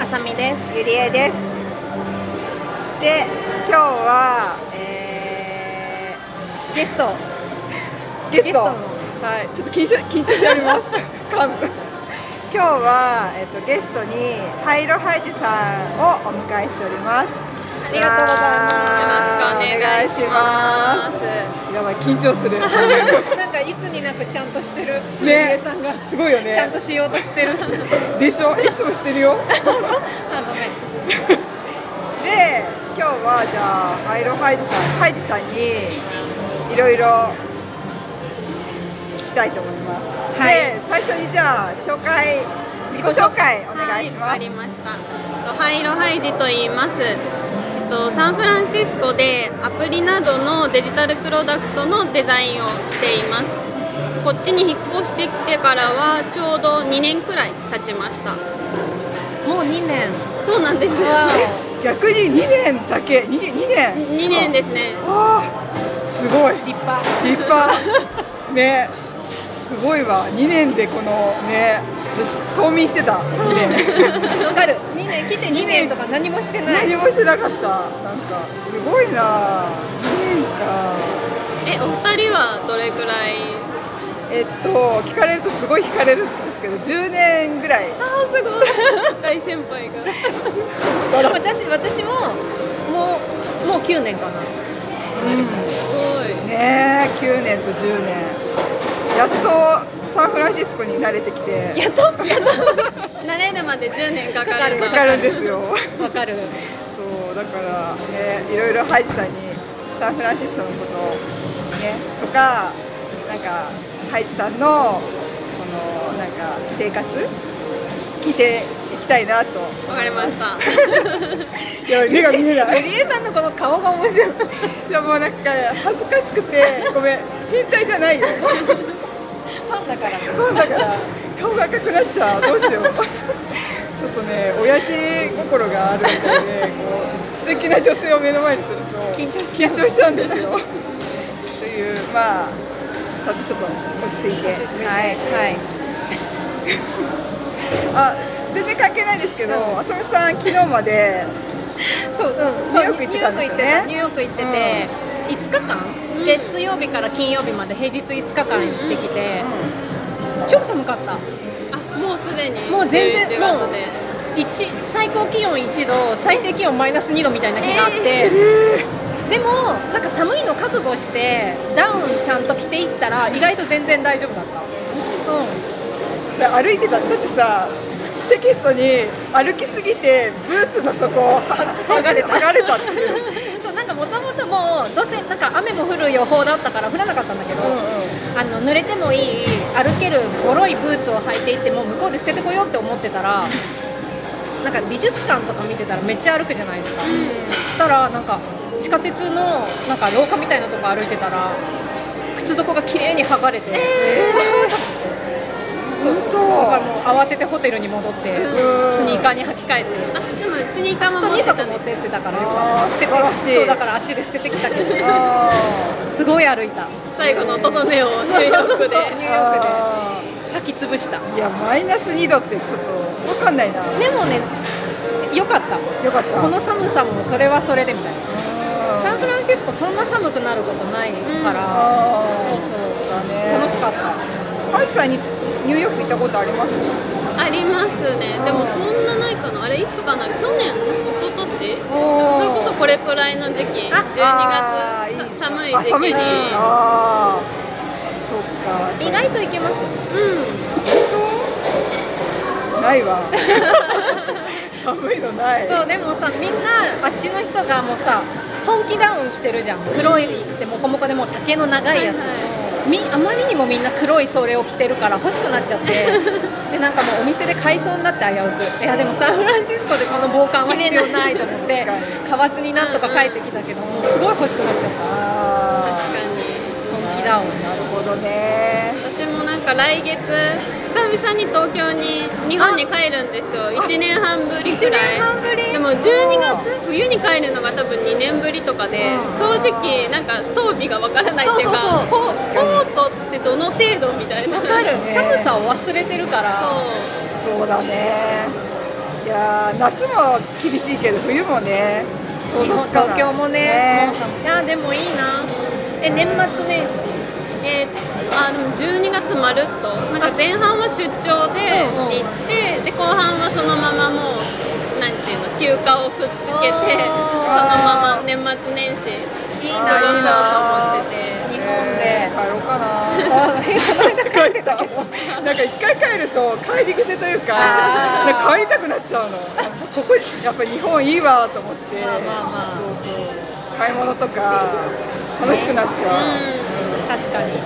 あさみです。 ゆりえです。で、今日は、 ゲストのはい、ちょっと緊張しております。幹部。今日は、ゲストにハイロハイジさんをお迎えしております。 ありがとうございます。 よろしくお願いします。やばい、緊張する。 なんかいつになくちゃんとしてるゆりねえさんがすごいよね。 ちゃんとしようとしてる。 でしょ、いつもしてるよ。 あ、ごめん。 で、今日はじゃあハイロハイジさんにいろいろ聞きたいと思います。 はい、 で、最初にじゃあ自己紹介お願いします。 はい、わかりました。ハイロハイジと言います。サンフランシスコでアプリなどのデジタルプロダクトのデザインをしています。こっちに引っ越してきてからはちょうど2年くらい経ちました。 もう2年。 そうなんです。 逆に2年だけ、2年 2年ですね。 わあ、すごい立派ね、すごいわ。2年でこのね、私冬眠してた2年。 わかる。2年来て2年とか何もしてない。 何もしてなかった。なんかすごいな。2年か。 お二人はどれくらい？ 聞かれるとすごい惹かれるんですけど、10年ぐらい。 あー、すごい。大先輩が。 私ももう9年かな。 すごい。 ねえ、9年と10年。やっとサンフランシスコに慣れてきて。 やっと慣れるまで10年かかるんですよ。 わかる。 そうだからね、いろいろハイジさんにサンフランシスコのことをねとか、なんかハイジさんのそのなんか生活聞いていきたいなと。 わかりました。 いや、目が見えない。 ゆりえさんのこの顔が面白い。 いや、もうなんか恥ずかしくてごめん、変態じゃないよ。 ファンだから顔が赤くなっちゃう。どうしよう。ちょっとね、親父心があるみたいで、こう素敵な女性を目の前にすると緊張しちゃうんですよ。という、まあちょっと落ち着いて、はい。あ、全然関係ないですけど、あさみさん昨日までニューヨーク行ってたんですよね。 ニューヨーク行ってて、5日間、月曜日から金曜日まで平日5日間行ってきて、超寒かった。 あ、もうすでにもう全然 11月で最高気温1度、最低気温マイナス2度みたいな日があって、でもなんか寒いの覚悟してダウンちゃんと着ていったら意外と全然大丈夫だった。 それ歩いてた。だってさ、テキストに歩きすぎてブーツの底を剥がれたっていう。 そう、なんかもともともうどうせなんか雨も降る予報だったから降らなかったんだけど、濡れてもいい歩けるボロいブーツを履いていっても向こうで捨ててこようって思ってたら、なんか美術館とか見てたらめっちゃ歩くじゃないですか。そしたらなんか地下鉄のなんか廊下みたいなとこ歩いてたら靴底が綺麗に剥がれて、そうだからもう慌ててホテルに戻ってスニーカーに履き替えて。 あ、でもスニーカーも持ってたんです。 持ってたからよあー、素晴らしい。 そうだからあっちで捨ててきたけど、すごい歩いた。 最後のとどめをニューヨークで履き潰した。 いや、マイナス2度ってちょっと分かんないな。 でもね、よかった。この寒さもそれはそれでみたいな。サンフランシスコそんな寒くなることないから、そうだね、楽しかった。 ハイジさんにニューヨーク行ったことあります？ ありますね。でもそんなないかな。あれいつかな。去年、一昨年。それこそこれくらいの時期。12月寒い時期に。 あ、そっか。 意外と行けます。 ないわ。寒いのない。 そう、でもさ、みんなあっちの人がもうさ、本気ダウンしてるじゃん。黒いくてモコモコでもう丈の長いやつ。あまりにもみんな黒いそれを着てるから欲しくなっちゃって、でなんかもうお店で買いそうになって危うく、いやでもサンフランシスコでこの防寒は必要ないと思って買わずになんとか帰ってきたけども、すごい欲しくなっちゃった。 確かに本気ダウン。 なるほどね。 私もなんか来月久々に東京に日本に帰るんですよ。1年半ぶりくらい。でも12月冬に帰るのが多分2年ぶりとかで、正直なんか装備がわからないっていうか、コートってどの程度みたいな。 わかる。寒さを忘れてるから。 そうだね。いやー夏も厳しいけど冬もね想像つかない。 東京もね、いやでもいいな。年末年始でも12月まるっとなんか前半は出張で行ってで後半はそのままもうなんていうの休暇をくっつけてそのまま年末年始いい過ごそうと思ってて。 日本で帰ろうかな。帰った。なんか一回帰ると帰り癖というか、なんか帰りたくなっちゃうの。ここやっぱ日本いいわと思って、そうそう買い物とか楽しくなっちゃう。 確かに。 い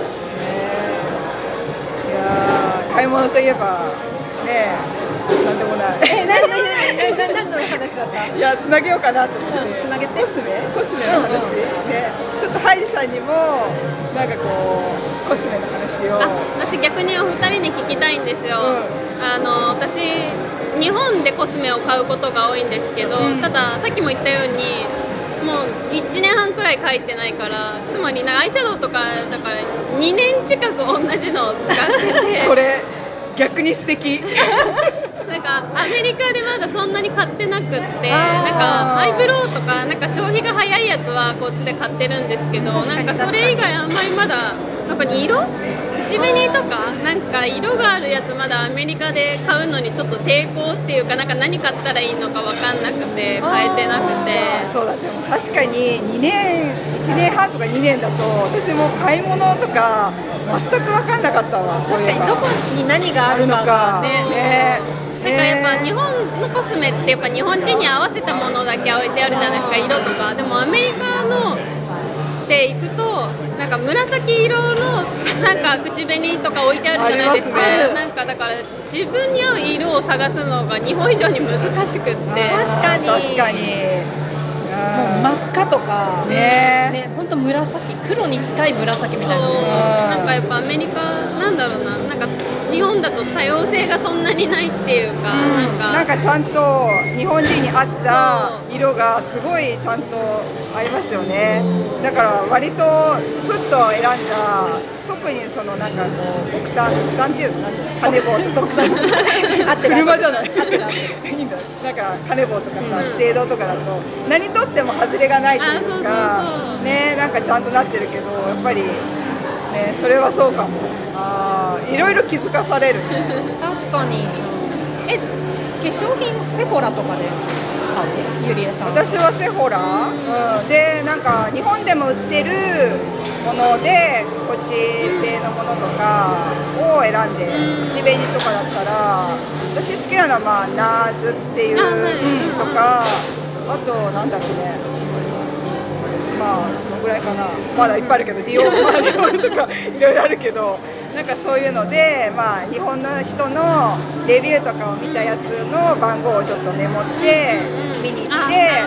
や買い物といえばねなんでもない。 何の話だった？ いやつなげようかなと思って。 つなげて。 コスメの話ね。ちょっとハイジさんにもなんかこうコスメの話を。 私逆にお二人に聞きたいんですよ。私日本でコスメを買うことが多いんですけど、たださっきも言ったようにもう1年半くらい書いてないからつまりアイシャドウとかだから2年近く同じのを使っててそれ逆に素敵なんかアメリカでまだそんなに買ってなくってなんかアイブロウとかなんか消費が早いやつはこっちで買ってるんですけどなんかそれ以外あんまりまだ特に色口紅とかなんか色があるやつまだアメリカで買うのにちょっと抵抗っていうかなんか何買ったらいいのか分かんなくて買えてなくてそうだでも確かに1年半とか2年だと私も買い物とか全く分かんなかったわ。 確かにどこに何があるのかね。 なんかやっぱ日本のコスメってやっぱ日本人に合わせたものだけ置いてあるじゃないですか色とかでもアメリカのって行くとなんか紫色のなんか口紅とか置いてあるじゃないですかなんかだから自分に合う色を探すのが日本以上に難しくって確かにもう真っ赤とかね本当紫黒に近い紫みたいななんかやっぱアメリカなんだろうななんか日本だと多様性がそんなにないっていうか、 なんかちゃんと日本人に合った色がすごいちゃんとありますよね。だから割とふっと選んだ特にそのなんかこう国産っていうのなんていうのカネボウとか国産車じゃないいいんだなんかカネボウとかさ資生堂とかだと何とっても外れがないというかねなんかちゃんとなってるけどやっぱりねそれはそうかも。いろいろ気づかされるね確かに化粧品セフォラとかで買うゆりえさん私はセフォラ、でなんか日本でも売ってるものでこっち製のものとかを選んで口紅とかだったら私好きなのはまあナーズっていう、とかあとなんだろうねまあそのぐらいかなまだいっぱいあるけどディオールとかいろいろあるけどなんかそういうので、まあ、日本の人のレビューとかを見たやつの番号をちょっとメモって見に行って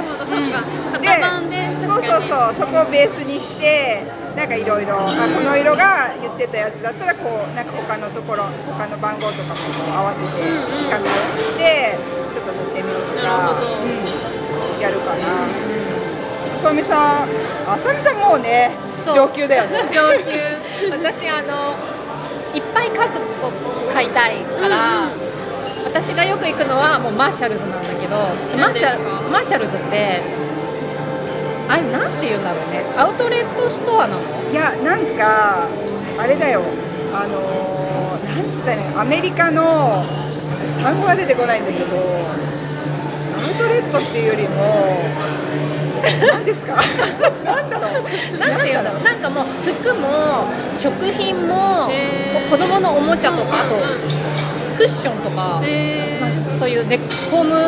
そこをベースにしてなんかいろいろこの色が言ってたやつだったらこうなんか他の番号とかも合わせて比較してちょっと塗ってみるとか、やるかな。あさみさんもうね上級だよね。 上級私いっぱい数を買いたいから、私がよく行くのはもうマーシャルズなんだけどマーシャルズってあれなんて言うんだろうねアウトレットストアなの？ いやなんかあれだよなんつったらいいのアメリカの単語が出てこないんだけどアウトレットっていうよりも何ですかなんだろうなんていうんだろうなんかもう服も食品も子供のおもちゃとかあとクッションとかそういうホーム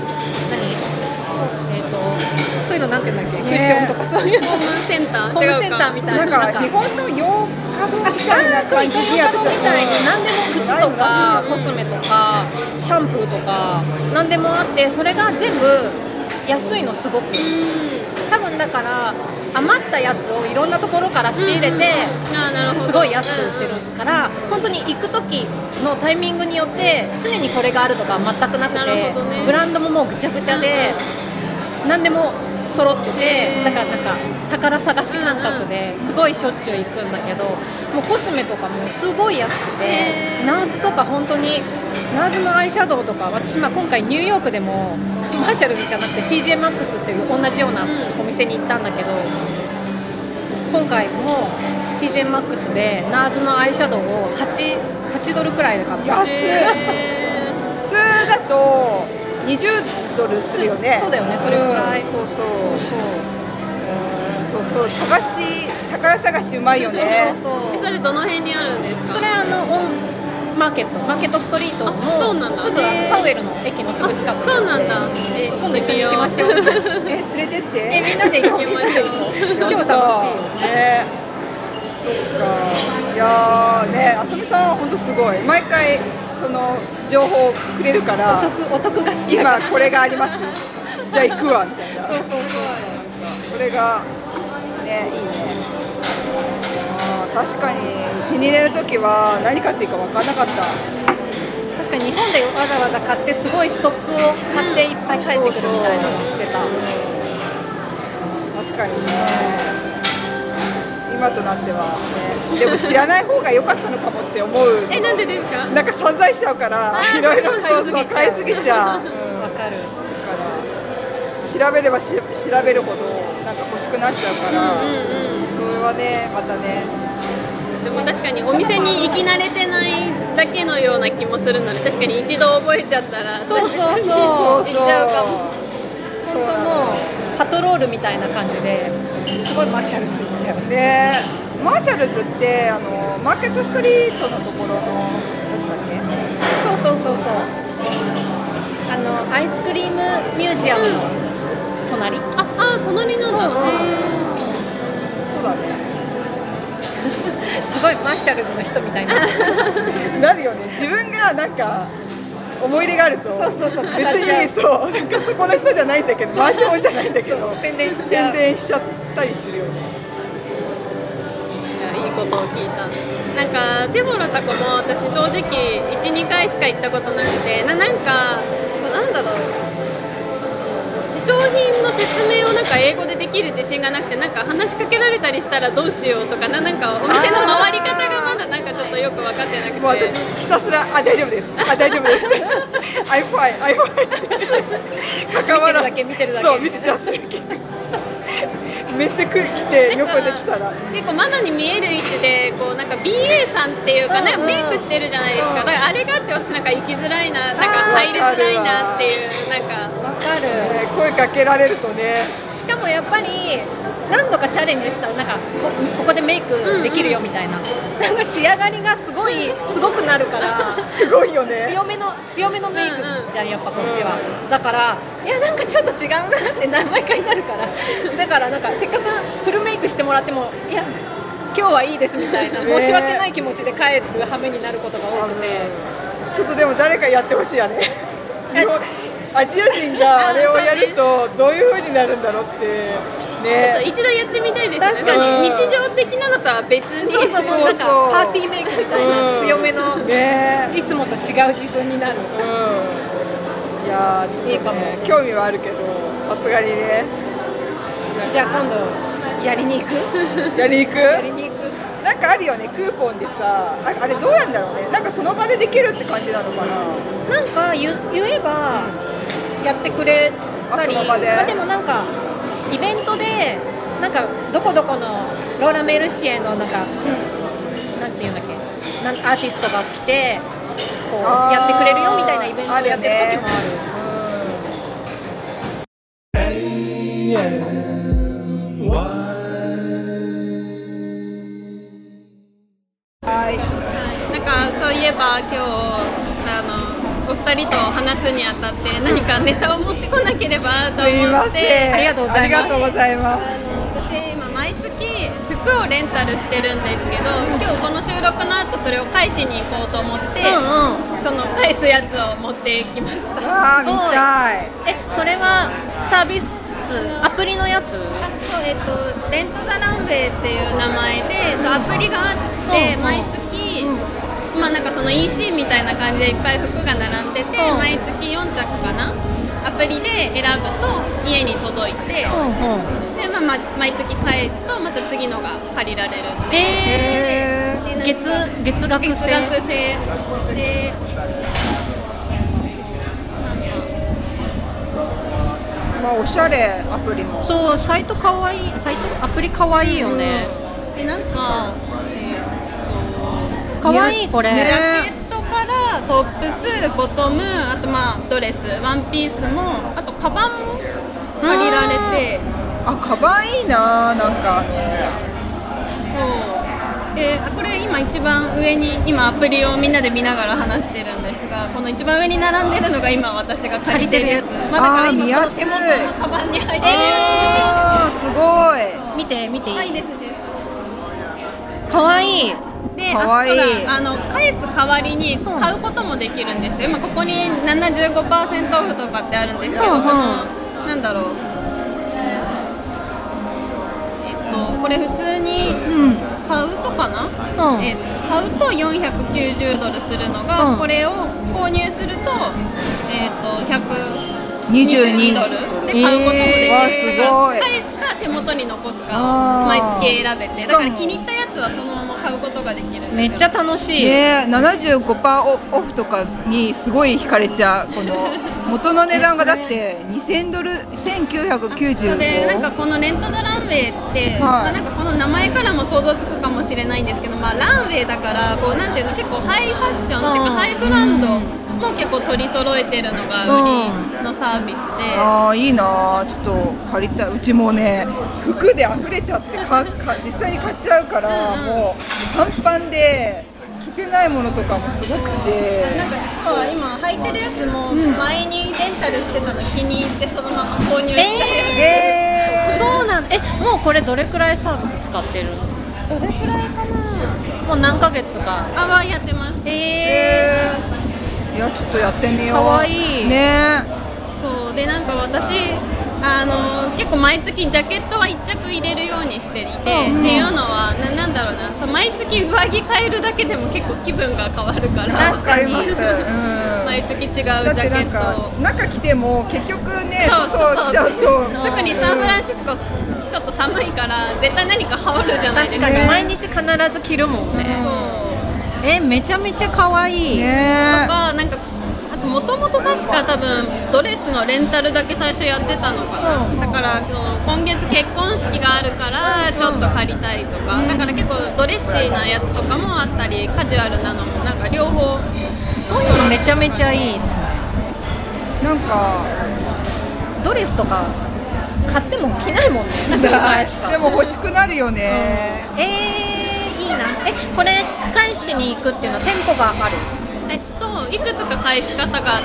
そういうのなんていうんだっけクッションとかそういうホームセンターみたいななんか日本の洋華堂みたいな感じでやってたみたいに何でも靴とかコスメとかシャンプーとか何でもあってそれが全部安いのすごく多分だから余ったやつをいろんなところから仕入れてすごい安く売ってるから本当に行く時のタイミングによって常にこれがあるとか全くなくてブランドももうぐちゃぐちゃで何でも揃ってて、だからなんか宝探し感覚ですごいしょっちゅう行くんだけど、もうコスメとかもすごい安くて、ナーズとか本当にナーズのアイシャドウとか、私今回ニューヨークでもマーシャルズじゃなくて TJ マックスっていう同じようなお店に行ったんだけど、今回も TJ マックスでナーズのアイシャドウを8ドルくらいで買った。 安い。普通だと20ドルするよね。 そうだよね、それくらい。 そうそう宝探しうまいよね。 それどの辺にあるんですか？ それマーケットストリートのすぐパウエルの駅のすぐ近く。 そうなんだ。 今度一緒に行きましょう。 連れてって。 みんなで行きましょう。超楽しい。 そっか。いやね、あさみさんは本当すごい。毎回その情報をくれるから。 お得が好きだから。 今これがあります。じゃあ行くわみたいな。 そう。 それがね、いいね。確かにうちに入れるときは何買っていいか分からなかった。 確かに日本でわざわざ買ってすごいストックを買っていっぱい帰ってくるみたいなのをしてた。 確かにね。今となってはね。でも知らない方が良かったのかもって思う。 なんでですか？ なんか散財しちゃうからいろいろ買いすぎちゃう。 わかる。 だから調べれば調べるほどなんか欲しくなっちゃうから、それはねまたね。 でも確かにお店に行き慣れてないだけのような気もするので、確かに一度覚えちゃったらそう行っちゃうかも。本当もうパトロールみたいな感じですごいマーシャルズ行っちゃうね。マーシャルズってマーケットストリートのところのやつだっけ？ そうアイスクリームミュージアムの隣。 隣なんだ。 そうだね。 すごいマーシャルズの人みたいななるよね。自分がなんか思い入れがあると別になんかそこの人じゃないんだけど、回し物じゃないんだけど宣伝しちゃったりするよね。 いいことを聞いた。なんかセボラタコも私正直 1,2 回しか行ったことなくて、なんだろう、商品の説明をなんか英語でできる自信がなくて、なんか話しかけられたりしたらどうしようとか、なんかお店の回り方がまだなんかちょっとよく分かってなくて、 もう私ひたすら大丈夫です大丈夫ですI'm fine 関わら見てるだけそう見てじゃあするめっちゃ来て横で来たら結構窓に見える位置でこうなんか BA さんっていうかね、メイクしてるじゃないですか。だからあれがあって私なんか行きづらいな、なんか入りづらいなっていう、なんかわかる。 声かけられるとね。 しかもやっぱり何度かチャレンジしたらなんかここでメイクできるよみたいな、なんか仕上がりがすごくなるからすごいよね。 強めのメイクじゃん、やっぱこっちは。だからいやなんかちょっと違うなって毎回なるから、だからなんかせっかくフルメイクしてもらってもいや今日はいいですみたいな、申し訳ない気持ちで帰る羽目になることが多くて、 ちょっとでも誰かやってほしいよね。アジア人があれをやるとどういう風になるんだろうってね。 ちょっと一度やってみたいですね。確かに日常的なのとは別に、 なんかパーティーメイクみたいな強めの、いつもと違う自分になる。 いやちょっとね興味はあるけどさすがにね。 じゃあ今度やりに行く？ やりに行く？なんかあるよね、クーポンでさ、あれどうやんだろうね。なんかその場でできるって感じなのかな。 なんか言えばやってくれたり、でもなんかイベントでなんかどこどこのローラ・メルシエのなんか、なんていうんだっけ、アーティストが来てこうやってくれるよみたいなイベントをやってる時もある。 なんかそういえば今日お二人と話すにあたって何かネタを持ってこなければと思って。 すいません、 ありがとうございます。 私今毎月服をレンタルしてるんですけど、今日この収録の後それを返しに行こうと思って、その返すやつを持ってきました。 見たい。 それはサービスアプリのやつ？ そう、レントザランウェイっていう名前で、そうアプリがあって、毎月、まあなんかその EC みたいな感じでいっぱい服が並んでて、毎月4着かなアプリで選ぶと家に届いて、で、毎月返すとまた次のが借りられるっていう、 月額制で、 まあおしゃれアプリも。 そう、サイトアプリかわいいよね。 でなんかかわいいこれ。 ジャケットからトップス、ボトム、あとまあドレス、ワンピースも、あとカバンも借りられて。 あ、カバンいいな、なんかそうで、これ今一番上に今アプリをみんなで見ながら話してるんですが、この一番上に並んでるのが今私が借りてるやつ。まあ、だから今この手元のカバンに入ってるやつ。すごい。 見ていい。 はいです。 かわいい。 で、返す代わりに買うこともできるんですよ。今ここに 75% オフとかってあるんですけど、このなんだろう、これ普通に買うとかな、買うと$490するのが、これを購入すると$122で買うこともできる。だから返すか手元に残すかを毎月選べて、だから気に入ったやつはそのまま買うことができるんですよ。 めっちゃ楽しいね。75% オフとかにすごい惹かれちゃう。この元の値段がだって$2000、1995 で、なんかこのレントドランウェイって、なんかこの名前からも想像つくかもしれないんですけど、まあ、ランウェイだからこうなんていうの、結構ハイファッションっていうかハイブランドも結構取り揃えてるのが売りのサービスで、 ああいいな、ちょっと借りたい。うちもね、服で溢れちゃって実際に買っちゃうから、もうパンパンで着てないものとかもすごくて、 なんか実は今履いてるやつも前にレンタルしてたの気に入ってそのまま購入してそうなん。もうこれどれくらいサービス使ってる？ どれくらいかな。 もう何ヶ月か。 はやってます。 いや、ちょっとやってみよう。 かわいいね。 そうで、なんか私結構毎月ジャケットは1着入れるようにしていて、っていうのはなんだろうな、毎月上着変えるだけでも結構気分が変わるから。 確かに。 毎月違うジャケットを中着ても結局ね、外着ちゃうと、 特にサンフランシスコちょっと寒いから絶対何か羽織るじゃないですか。 確かに毎日必ず着るもんね。めちゃめちゃ可愛い。 とか、なんかあともともと確か多分ドレスのレンタルだけ最初やってたのかな。だから今月結婚式があるからちょっと借りたりとか、だから結構ドレッシーなやつとかもあったり、カジュアルなのもなんか両方。 そういうのめちゃめちゃいいですね。 なんかドレスとか買っても着ないもんね。 でも欲しくなるよね。 いいな。これ返しに行くっていうのは店舗がある？ いくつか返し方があって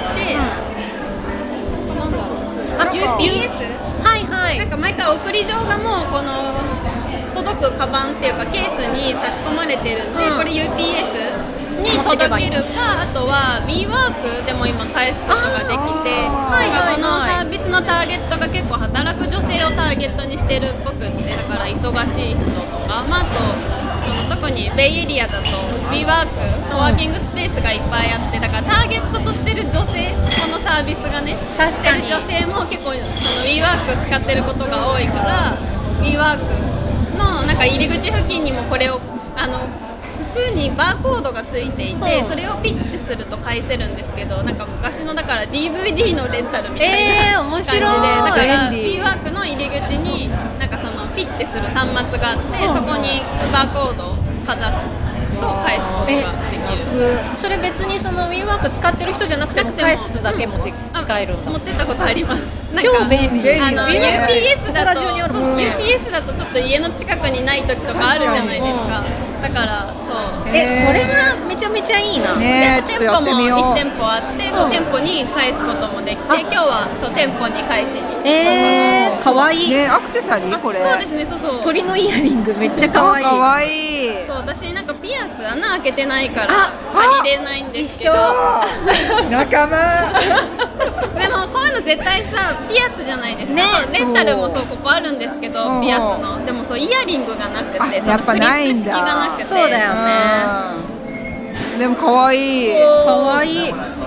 、UPS？ はいはい。なんか毎回送り状がもうこの届くカバンっていうかケースに差し込まれてるんで、これ UPSに届けるか、あとは WeWork でも今返すことができて、このサービスのターゲットが結構働く女性をターゲットにしてるっぽくって、だから忙しい人とか、あと特にベイエリアだと WeWork のワーキングスペースがいっぱいあって、だからターゲットとしてる女性、このサービスがね、してる女性も結構WeWork 使ってることが多いから、WeWork のなんか入り口付近にもこれを服にバーコードがついていて、それをピッてすると返せるんですけど、なんか昔のだから DVD のレンタルみたいな感じで、だから WeWork の入り口になんかそのピッてする端末があって、そこにバーコードをかざすと返すことができる。 それ別にその WeWork 使ってる人じゃなくても返すだけも使えるんだ。 持ってったことあります。 超便利。 UPS だとUPS だとちょっと家の近くにない時とかあるじゃないですか。だからそう。 それがめちゃめちゃいいな。 店舗も1店舗あって、店舗に返すこともできて、今日は店舗に返しに。 かわいい。 アクセサリーこれ。 そうですね、そう。 鳥のイヤリングめっちゃかわいい。 かわいい。 そう、私なんかピアス穴開けてないから借りれないんですけど。 仲間。 でもこういうの絶対さ、ピアスじゃないですか。レンタルもそう、ここあるんですけど、ピアスの。でもそうイヤリングがなくて、そのクリップ式がなくて。 そうだよね。 でも可愛い。 可愛い。 こ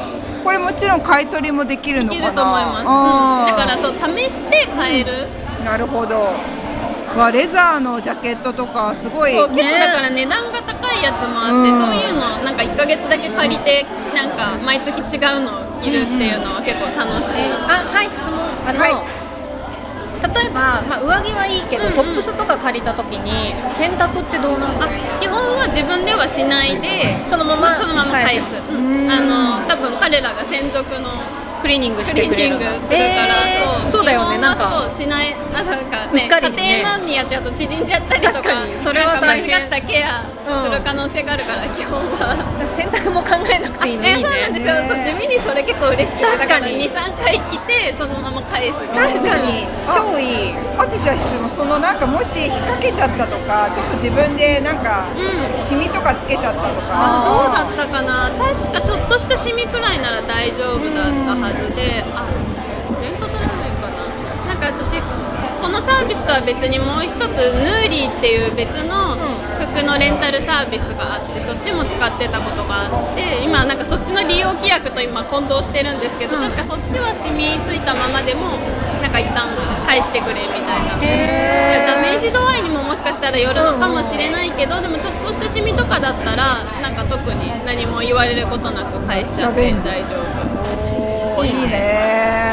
これもちろん買い取りもできるのかな。 できると思います、だからそう試して買える、 なるほど。レザーのジャケットとかすごい、 そう結構だから値段が高いやつもあって、そういうのなんか1ヶ月だけ借りてなんか毎月違うのを着るっていうのは結構楽しい、 はい、質問。例えば、上着はいいけど、トップスとか借りた時に洗濯ってどうなの？ 基本は自分ではしないでそのまま返す、多分彼らが専属のクリーニングしてくれるするから、 そうだよね。なんかそうしない、なんかね、 家庭のにやっちゃうと縮んじゃったりとか、 確かにそれは大変。 間違ったケアする可能性があるから、基本は洗濯も考えなくていいね。 そうなんですよ。そう地味にそれ結構嬉しくて、 確かに 2、3回着てそのまま返す。 確かに超いい。 あとじゃあ質問、そのなんかもし引っ掛けちゃったとか、ちょっと自分でなんかシミとかつけちゃったとか、 どうだったかな。確かちょっとしたシミくらいなら大丈夫だったはずで、レント取らないかな。なんか私このサービスとは別にもう一つヌーリーっていう別の服のレンタルサービスがあって、そっちも使ってたことがあって、今なんかそっちの利用規約と今混同してるんですけど、確かそっちは染みついたままでもなんか一旦返してくれみたいな。ダメージ度合いにももしかしたらよるのかもしれないけど、でもちょっとしたシミとかだったらなんか特に何も言われることなく返しちゃって大丈夫。 いいね。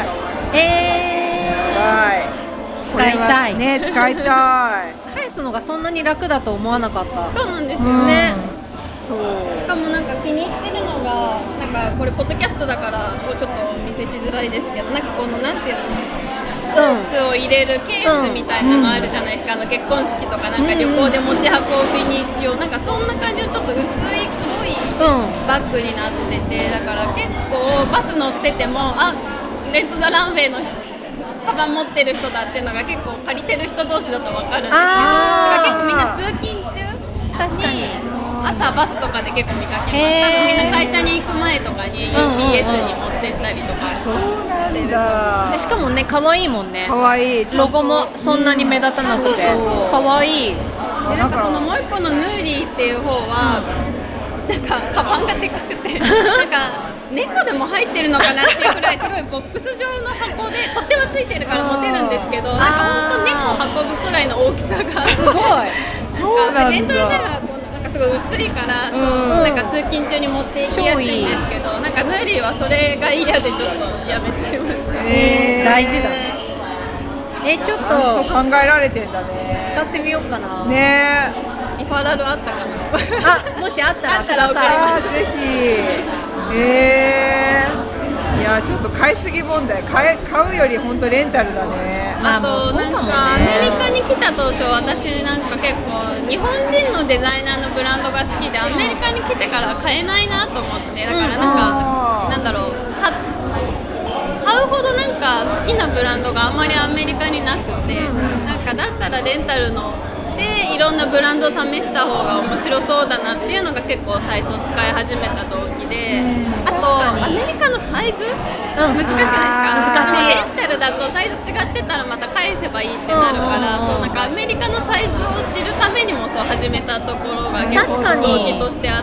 使いたいね、使いたい。 返すのがそんなに楽だと思わなかった。 そうなんですよね。 そうしかもなんか気に入ってるのが、なんかこれポッドキャストだからちょっとお見せしづらいですけど、なんかこのなんていうの、スーツを入れるケースみたいなのあるじゃないですか。結婚式とかなんか旅行で持ち運びに用、なんかそんな感じのちょっと薄い黒いバッグになってて、だから結構バス乗っててもレントザランウェイのカバン持ってる人だっていうのが結構借りてる人同士だと分かるんですけど、だから結構みんな通勤中に朝バスとかで結構見かけます。多分みんな会社に行く前とかに UPS に持ってったりとかしてる。 でしかもね、可愛いもんね。 可愛い。 ロゴもそんなに目立たなくて可愛い。 でなんかそのもう一個のヌーリーっていう方は、なんかカバンがでかくてなんか猫でも入ってるのかなっていうくらいすごいボックス状の箱で取っ手はついてるから持てるんですけど、なんかほんと猫を運ぶくらいの大きさがすごいそうなんだ。 レントルではなんかすごい薄いから、なんか通勤中に持っていきやすいんですけど、なんかヌーリーはそれが嫌でちょっとやめちゃいました。 大事だね。ちょっと考えられてんだね。 使ってみようかな。 ね。 リファラルあったかな。 もしあったらください。 ぜひ。いやちょっと買いすぎ問題。買うより本当レンタルだね。 あとなんかアメリカに来た当初、私なんか結構日本人のデザイナーのブランドが好きで、アメリカに来てから買えないなと思って、だからなんかなんだろう、買うほどなんか好きなブランドがあんまりアメリカになくて、なんかだったらレンタルのでいろんなブランドを試した方が面白そうだなっていうのが結構最初使い始めた動機で、あとアメリカのサイズ、難しくないですか？ 難しい。 レンタルだとサイズ違ってたらまた返せばいいってなるから、そうなんかアメリカのサイズを知るためにもそう始めたところが結構動機としてあって、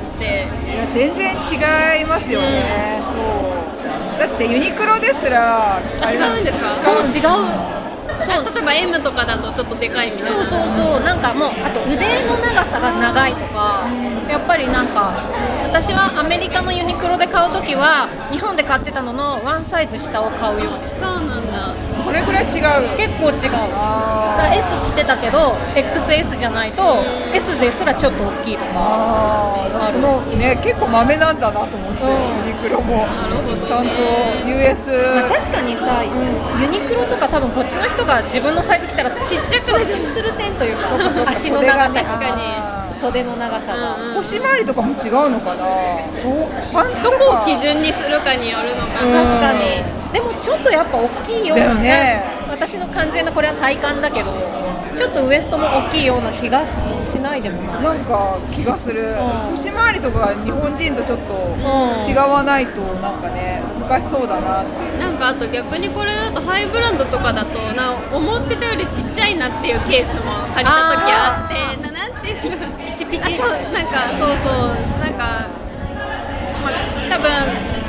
いや全然違いますよね。そうだってユニクロですら違うんですか？ そう違う。 例えば M とかだとちょっとでかいみたいな。 そうなんかもうあと腕の長さが長いとか、やっぱりなんか私はアメリカのユニクロで買うときは日本で買ってたののワンサイズ下を買うようです。 そうなんだ。 それぐらい違う。 結構違う。だから S 着てたけど XS じゃないと S ですらちょっと大きいとか。 そのね結構豆なんだなと思って、ユニクロもちゃんと US、 確かにさ、ユニクロとか多分こっちの人が自分のサイズ着たらちっちゃくつる点というか足の長さ、 確かに袖の長さが、 腰回りとかも違うのかな。パンツとかどこを基準にするかによるのかな。 確かに。でもちょっとやっぱ大きいような、私の完全なこれは体感だけど、ちょっとウエストも大きいような気がしないでもない。 なんか気がする。腰回りとか日本人とちょっと違わないとなんかね難しそうだなっていう。 なんかあと逆にこれだとハイブランドとかだと思ってたよりちっちゃいなっていうケースも借りた時あって、なんていうピチピチ。 なんかなんか、多分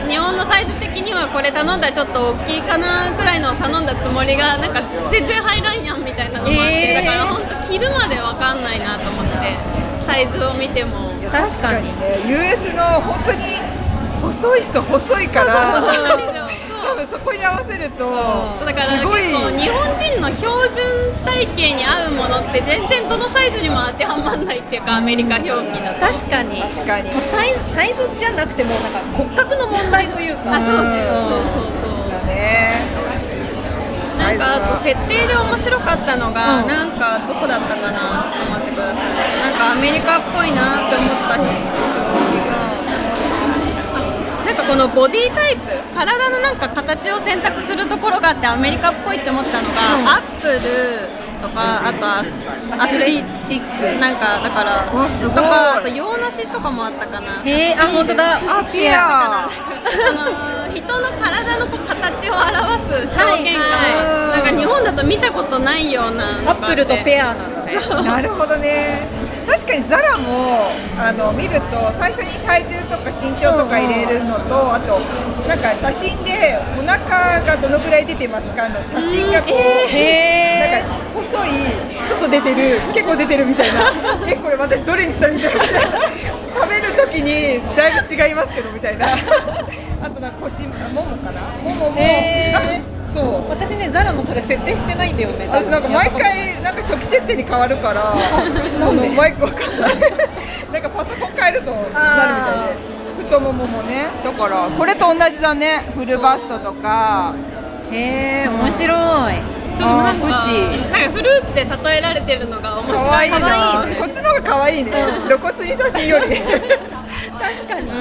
日本のサイズ的にはこれ頼んだらちょっと大きいかなくらいのを頼んだつもりがなんか全然入らんやんみたいなのもあって、だから本当着るまで分かんないなと思ってサイズを見ても。 確かにね US の本当に細い人細いからそうなんですよ。 多分そこに合わせるとだから結構日本人の標準体型に合うものって全然どのサイズにも当てはまんないっていうか、アメリカ表記だと。 確かにもうサイズじゃなくてもなんか骨格の問題というかそうね、そうそうだね。 なんかあと設定で面白かったのが、なんかどこだったかな、ちょっと待ってください。なんかアメリカっぽいなって思った表記が、なんかこのボディタイプ、体のなんか形を選択するところがあってアメリカっぽいって思ったのが、アップルとか、あとアスリーチックなんかだからとか、あと洋梨とかもあったかな。 へえ、あ、本当だ。あ、 ピア人の体のこう形を表す表現が、なんか日本だと見たことないようなのがあって、 アップルとペアなんだね。 なるほどね。確かにザラも見ると最初に体重とか身長とか入れるのと、あとなんか写真でお腹がどのぐらい出てますかの写真がこう、なんか細い、ちょっと出てる、結構出てるみたいなこれ私どれにしたみたいな食べるときにだいぶ違いますけどみたいなあとなんか腰、ももかな、ももも、そう私ね、ザラのそれ設定してないんだよね。 私なんか毎回なんか初期設定に変わるからなんでマイクわかんないなんかパソコン変えるとなるみたいで、太もももね、だからこれと同じだね、フルバストとか。 へえ、面白い。 なんかフルーツで例えられてるのが面白い。 可愛いな。こっちの方が可愛いね。露骨に写真より確かに。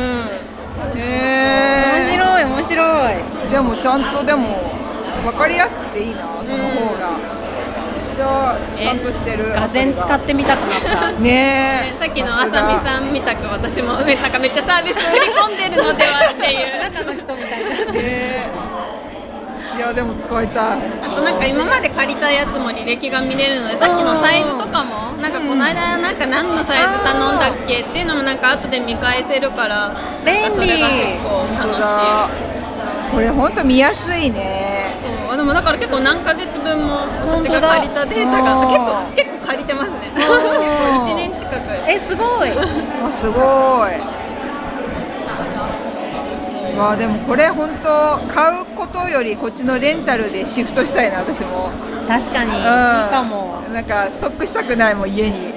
面白い面白い。 でもちゃんとでも分かりやすくていいな、その方が。じゃあちゃんとしてる。 がぜん使ってみたくなったね。さっきのあさみさんみたく私もなんかめっちゃサービス売り込んでるのではっていう中の人みたいな。 いやでも使いたい。 あとなんか今まで借りたやつも履歴が見れるので、さっきのサイズとかもなんかこの間なんか何のサイズ頼んだっけっていうのもなんか後で見返せるから便利。 それが結構楽しい。 これ本当見やすいね。 そう、でもだから結構何ヶ月分も私が借りたデータが結構借りてますね。1年近く。 すごい。 すごい。わあ、でもこれ本当買うことよりこっちのレンタルでシフトしたいな、私も。 確かに、いいかも。 なんかストックしたくないもん、家に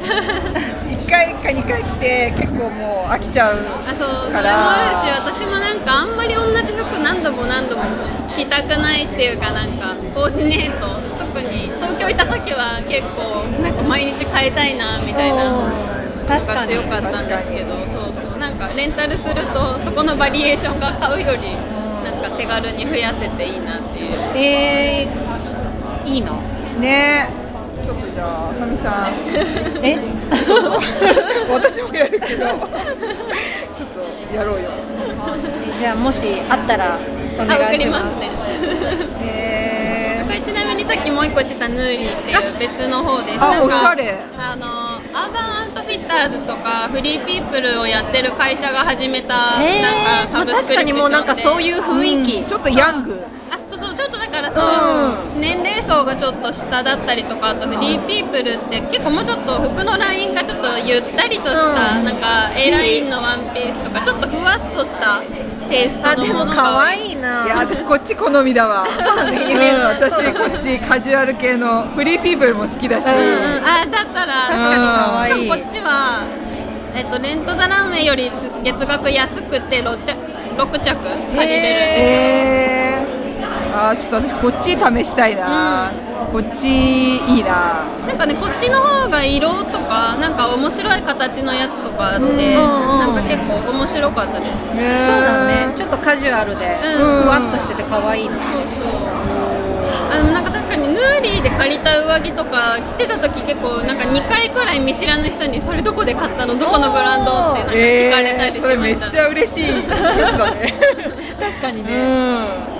1回か2回来て結構もう飽きちゃうそう、 から。 それもあるし、私もなんかあんまり同じ服何度も着たくないっていうか、なんかコーディネート、特に東京いた時は結構なんか毎日変えたいなみたいなのが強かったんですけど、そうなんかレンタルするとそこのバリエーションが買うよりなんか手軽に増やせていいなっていう。 いいなね。ちょっとじゃああさみさんそう私もやるけどちょっとやろうよ。 じゃあもしあったらお願いします。 送りますね。これちなみにさっきもう一個言ってたヌーリーっていう別の方です。 おしゃれ。 アーバンアウトフィッターズとかフリーピープルをやってる会社が始めたなんかサブスクリプションで、 確かにもうなんかそういう雰囲気、 ちょっとヤング。 そうちょっとだから年齢層がちょっと下だったりとか、あとフリーピープルって結構もうちょっと服のラインがちょっとゆったりとした、なんか A ラインのワンピースとかちょっとふわっとしたテイストのものが。 でも可愛いな。 いや私こっち好みだわ。そうだね。私こっちカジュアル系のフリーピープルも好きだし。 だったら確かに可愛い。 しかもこっちはレントザランウェイより月額安くて6着借りれるんですよ。 ちょっと私こっち試したいな。こっちいいな。 なんかね、こっちの方が色とかなんか面白い形のやつとかあって、なんか結構面白かったです。 そうだね。ちょっとカジュアルでふわっとしてて可愛いの。 でもなんか確かにヌーリーで借りた上着とか着てた時結構なんか2回くらい見知らぬ人にそれどこで買ったの、どこのブランドってなんか聞かれたりしました。 それめっちゃ嬉しいやつだね。 確かにね。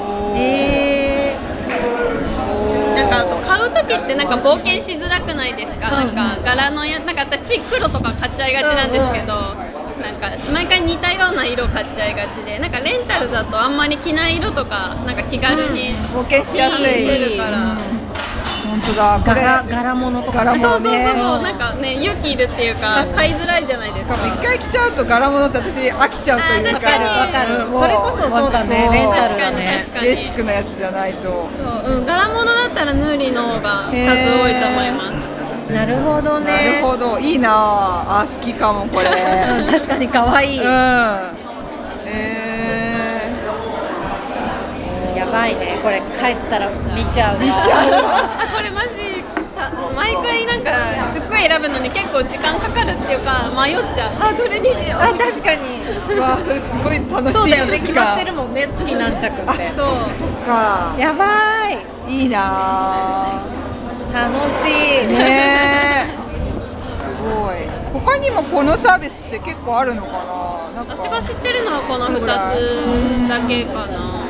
なんかあと買う時ってなんか冒険しづらくないですか？なんか柄のなんか私つい黒とか買っちゃいがちなんですけど、 なんか毎回似たような色買っちゃいがちで、なんかレンタルだとあんまり着ない色とかなんか気軽に冒険しやすい。 見せるから、 本当だ。これ柄物とか、 柄物ね。 そうなんかね、勇気いるっていうか買いづらいじゃないですか。 一回着ちゃうと柄物って私飽きちゃうというか。 確かにわかる。 もうそれこそそうだね。レンタルだね。 確かにベーシックなやつじゃないと。 そう、柄物だったらヌーリーの方が数多いと思います。 なるほどね。 なるほど、いいなあ。好きかもこれ。 確かに可愛い。やばいね。これ帰ったら見ちゃうわ。 これマジ毎回なんか服選ぶのに結構時間かかるっていうか迷っちゃう。どれにしよう。 確かに。 うわ、それすごい楽しい。 そうだよね。決まってるもんね。月何着って。 そう。 そっか。 やばい。 いいな。 楽しいね。すごい。他にもこのサービスって結構あるのかな。なんか私が知ってるのはこの2つだけかな。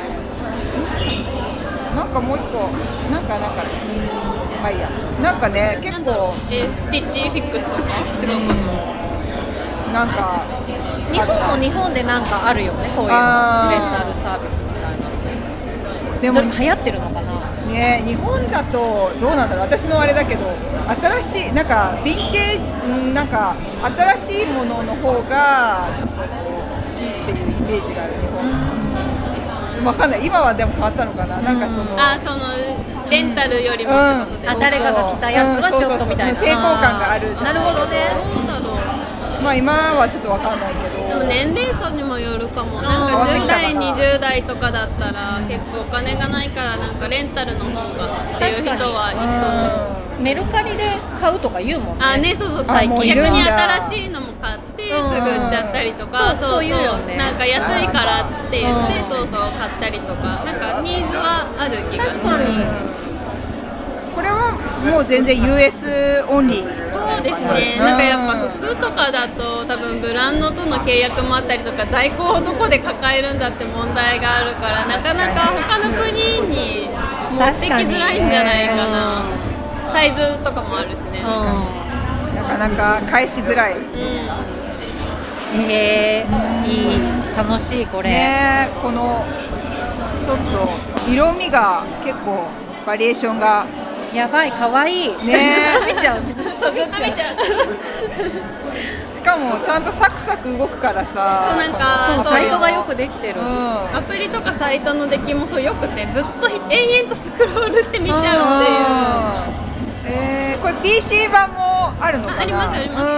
なんかもう一個なんかまあいいや。なんかね、結構スティッチフィックスとか違うかな。 なんか日本も日本でなんかあるよね、こういうのレンタルサービスみたいな。でも流行ってるのかなね。日本だとどうなんだろう。私のあれだけど、新しいなんかヴィンテージ、なんか新しいものの方がちょっとこう好きっていうイメージがある。日本わかんない。今はでも変わったのかな。なんかそのレンタルよりもってことで、 誰かが着たやつはちょっとみたいな抵抗感がある。 なるほどね。 どうだろう。 まあ今はちょっとわかんないけど。 でも年齢層にもよるかも。なんか10代20代とかだったら結構お金がないからなんかレンタルの方がっていう人はいそう。 メルカリで買うとか言うもんね。 そう最近逆に新しいのも買ってすぐ売っちゃったりとか、 そういうよね。 なんか安いからって言ってそう買ったりとか、なんかニーズはある気がする。 確かに。 これはもう全然 US オンリー。 そうですね。なんかやっぱ服とかだと多分ブランドとの契約もあったりとか、在庫をどこで抱えるんだって問題があるから、なかなか他の国に持ってきづらいんじゃないかな。サイズとかもあるしね。 なかなか返しづらい。 いい、楽しいこれ。 ね、このちょっと色味が結構バリエーションがやばい、可愛いね。ずっと見ちゃう。 そう、ずっと見ちゃう。 しかもちゃんとサクサク動くからさ。 そう、なんかサイトがよくできてる。 アプリとかサイトの出来もそうよくて、ずっと延々とスクロールして見ちゃうっていう。 これ PC 版もあるのかな。 ありますあります。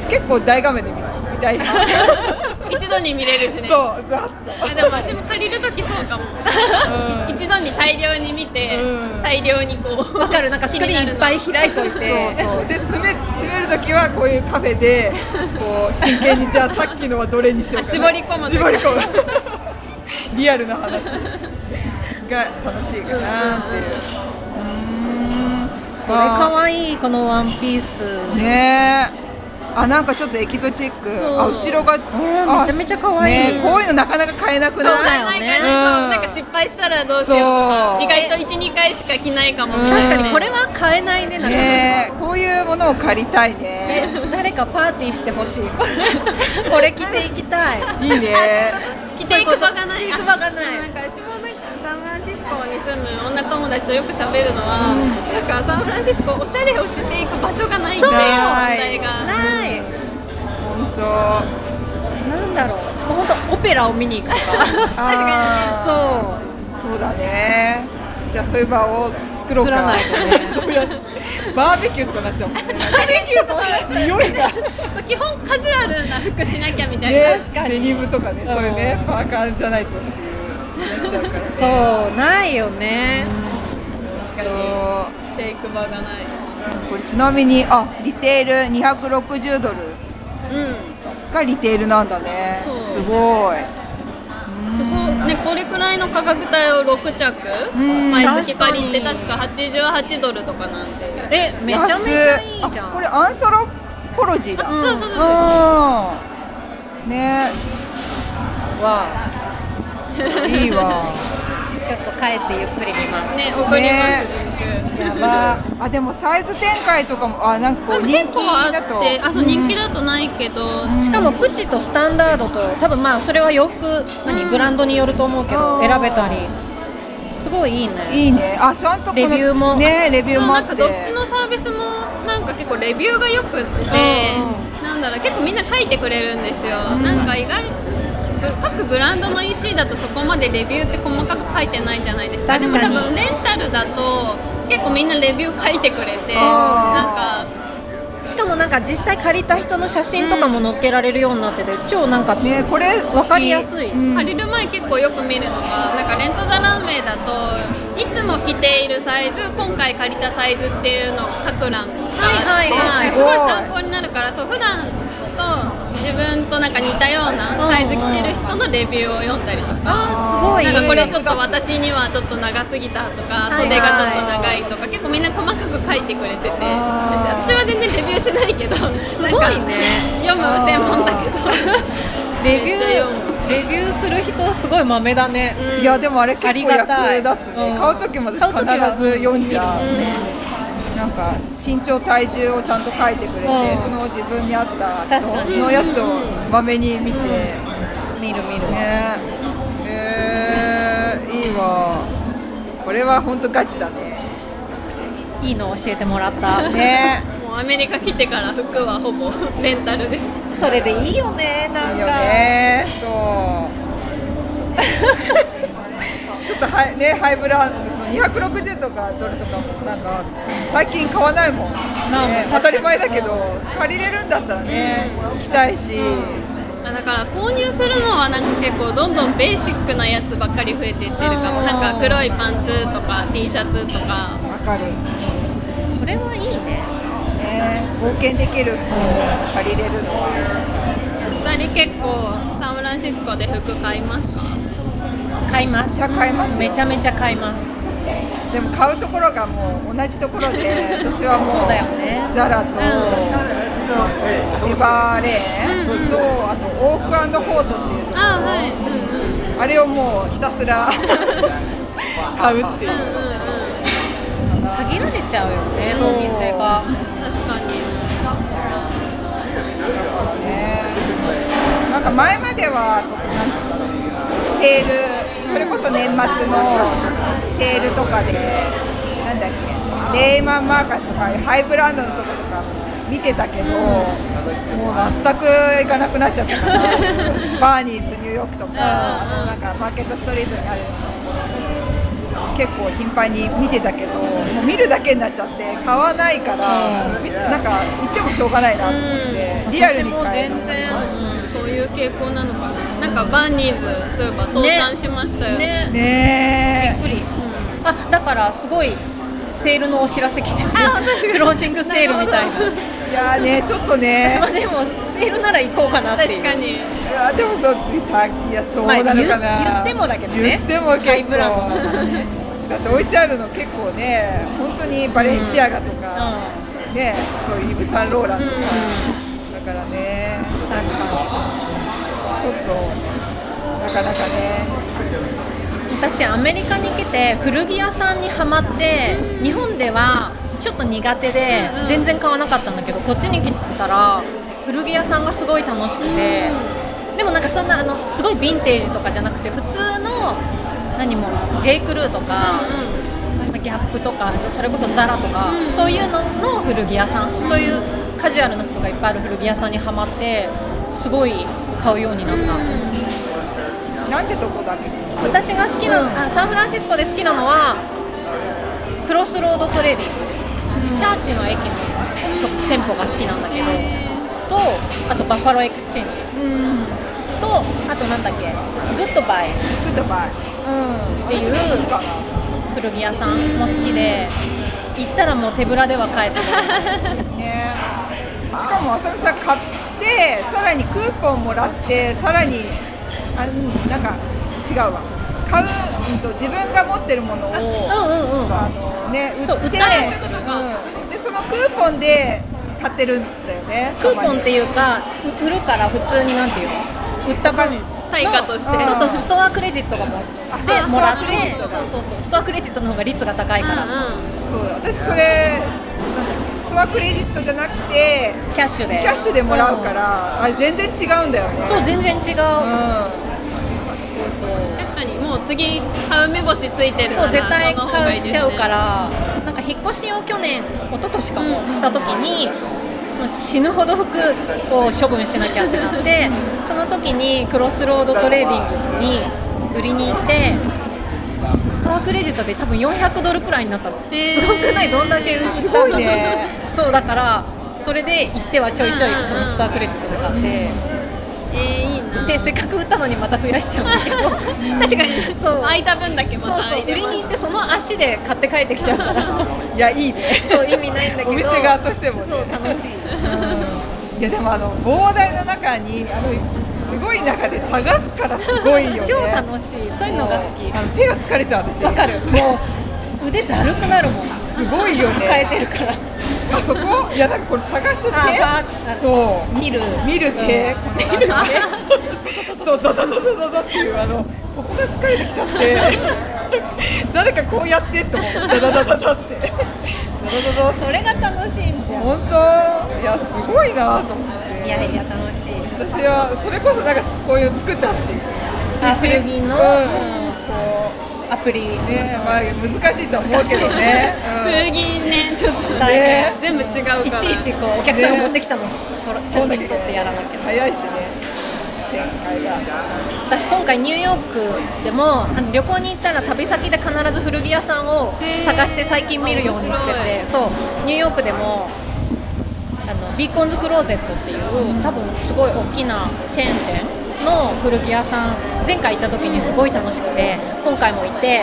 私結構大画面で見たいな。 一度に見れるしね。 そう、ざっと。 でも私も借りるときそうかも。一度に大量に見て、大量にこう。 わかる、なんかスクリーンいっぱい開いといて。 そうで詰めるときはこういうカフェでこう真剣にじゃあさっきのはどれにしようかな。 絞り込む。 リアルな話が楽しいかなっていう。 これ可愛い、このワンピースね。なんかちょっとエキゾチック。後ろがめちゃめちゃ可愛い。 こういうのなかなか買えなくない？ そうだよね。なんか失敗したらどうしようとか、意外と1、2回しか着ないかも。 確かにこれは買えないね。なんかこういうものを借りたいね。 誰かパーティーしてほしい。これ着ていきたい。 いいね。 着ていく場がない。 着ていく場がない。 なんか私もサンフランシスコに住む女友達とよく喋るのは、なんかサンフランシスコおしゃれをしていく場所がないっていう問題がない。 本当。 なんだろう。もう本当オペラを見に行くとか。 確かにそうだね。じゃあそういう場を作ろうか。 作らないとね。 バーベキューとかなっちゃうもんね。バーベキューとか匂いが。 基本カジュアルな服しなきゃみたいな。 確かに。デニムとかね、そういうね、パーカーじゃないとっていう。 そうないよね。 確かに着ていく場がない。 これちなみにリテール260ドルがリテールなんだね。すごい。 そうね、これくらいの価格帯を6着毎月借りて確か88ドルとかなんで。 めちゃめちゃいいじゃん。 これアンソロポロジーだ。 そうね。わあ。いいわ。 ちょっと帰ってゆっくり見ます。 ね、送ります。 く。 やばあ、でもサイズ展開とかもなんかこう人結気構あだとってそう人気だとないけど、 しかもプチとスタンダードと多分まあそれは洋服ブランドによると思うけど選べたりすごいいいね。 いいね。あ、ちゃんとこのレビューもね、レビューもあって、 なんかどっちのサービスもなんか結構レビューがよくって、なんだろう、結構みんな書いてくれるんですよ。なんか意外各ブランドの EC だとそこまでレビューって細かく書いてないじゃないですか。でも確かに多分レンタルだと結構みんなレビュー書いてくれて、なんかしかもなんか実際借りた人の写真とかも載っけられるようになってて、超なんかね、これ分かりやすい、 借りる前結構よく見るのがなんかレントザランウェイだといつも着ているサイズ、今回借りたサイズっていうのを書く欄があって、 はいはいはいすごい参考になるから、そう普段と自分となんか似たようなサイズ着てる人のレビューを読んだりとか、 あーすごいなんかこれちょっと私にはちょっと長すぎたとか、袖がちょっと長いとか、結構みんな細かく書いてくれてて、私は全然レビューしないけど、すごいね、 読む専門だけどレビュめっちゃ読む。 レビューする人すごい豆だね、 いやでもあれ結構ありがたい役立つね。買う時も私必ず読んじゃう、なんか身長体重をちゃんと書いてくれて、その自分に合った確かにそのやつをまめに見て、 見る見る、 ね、いいわ。これは本当ガチだね。 いいの教えてもらったね、 もうアメリカ来てから服はほぼレンタルです。 それでいいよね、なんかいいよね。そうちょっとハイブランド260とかドルとかもなんか最近買わないもん、当たり前だけど借りれるんだったらね、着たいし、 だから購入するのはなんか結構どんどんベーシックなやつばっかり増えていってるかも。なんか黒いパンツとか T シャツとか。 わかる。 それはいいね。 冒険できる服を借りれるのは。 2人結構サンフランシスコで服買いますか？ 買います。 買いますよ。 めちゃめちゃ買います。 でも買うところがもう同じところで、私はもうそうだよね、 ザラとエバーレーンと、あとオーク&フォートっていうところ、あれをもうひたすら買うっていう、 限られちゃうよね、お店が。 確かに。 なんか前まではそこなんていうんだろう、セール、それこそ年末のセールとかで、なんだっけ、レイマン・マーカスとかハイブランドのとことか見てたけど、もう全く行かなくなっちゃったからバーニーズニューヨークとか、なんかマーケットストリートにある結構頻繁に見てたけど、もう見るだけになっちゃって買わないから、なんか行ってもしょうがないなと思って、リアルに買える。 全然そういう傾向なのかな。なんかバーニーズそういえば倒産しましたよね。 ねびっくり。あ、だからすごいセールのお知らせ来てて、クロージングセールみたいな。 いやね、ちょっとね、 まあでもセールなら行こうかなっていう。 確かに。 いやでもそう、いやそうなのかな、 言ってもだけどね、 言っても結構ハイブランドなのね。 だって置いてあるの結構ね、本当にバレンシアガとか、ね、そういうイヴ・サンローランとか、だからね、 確かにちょっとなかなかね。 私アメリカに来て古着屋さんにハマって、日本ではちょっと苦手で全然買わなかったんだけど、こっちに来たら古着屋さんがすごい楽しくて、でもなんかそんなすごいヴィンテージとかじゃなくて、普通の何も J. クルーとか、ギャップとか、それこそザラとか、そういうのの古着屋さん、そういうカジュアルな服がいっぱいある古着屋さんにハマって、すごい買うようになった。 なんてとこだっけ？ 私が好きな、サンフランシスコで好きなのはクロスロードトレーディング、チャーチの駅の店舗が好きなんだけど、とあとバッファローエクスチェンジ、とあとなんだっけ、グッドバイっていう古着屋さんも好きで、行ったらもう手ぶらでは帰ってね。しかもあさみさん買って、さらにクーポンもらって、さらになんか違うわ、買う、自分が持ってるものを売って、でそのクーポンで買ってるんだよね。 クーポンっていうか、売るから普通になんていうの、売った分対価として、 そうそう、ストアクレジットがもでもらって、 ストアクレジットだそうストアクレジットの方が率が高いから、 そうだ、私それストアクレジットじゃなくてキャッシュでもらうから、あ、全然違うんだよね。 そう全然違う、 確かにもう次買う目星ついてるならそう絶対その方がいいですね。 買っちゃうから、なんか引っ越しを去年一昨年かもした時に、もう死ぬほど服を処分しなきゃってなってその時にクロスロードトレーディングスに売りに行って、ストアクレジットで多分$400くらいになったの、すごくない？どんだけ売ったの？ すごいね。 そうだからそれで行ってはちょいちょいそのストアクレジットで買って、 いいな。 でせっかく売ったのにまた増やしちゃうんだけど確かにそう空いた分だけまたそう売りに行ってその足で買って帰ってきちゃうからいや、いいね。 そう意味ないんだけどお店側としてもね。 そう楽しい、 いやでも膨大な中にすごい中で探すからすごいよね。 超楽しい、そういうのが好き。 手が疲れちゃう私。 わかる、もう腕だるくなるもん、 すごいよね。 抱えてるからあそこ、いやなんかこれ探す手、そう見る手、そうドドドドドドっていうここが疲れてきちゃって誰かこうやってって思う、ドドドドドってドドドド。 それが楽しいんじゃん。 本当、いやすごいなと思って。 いやいや楽しい。 私はそれこそなんかこういう作ってほしい。 古着の、アプリね、まあ難しいと思うけどね。 古着ね、ちょっと大変、 全部違うから。 いちいちこうお客さんが持ってきたのを写真撮ってやらなきゃ。 早いしね。展開が。 私今回ニューヨークでも旅行に行ったら旅先で必ず古着屋さんを探して最近見るようにしてて、そうニューヨークでもビーコンズクローゼットっていう多分すごい大きなチェーン店の古着屋さん、前回行った時にすごい楽しくて今回も行って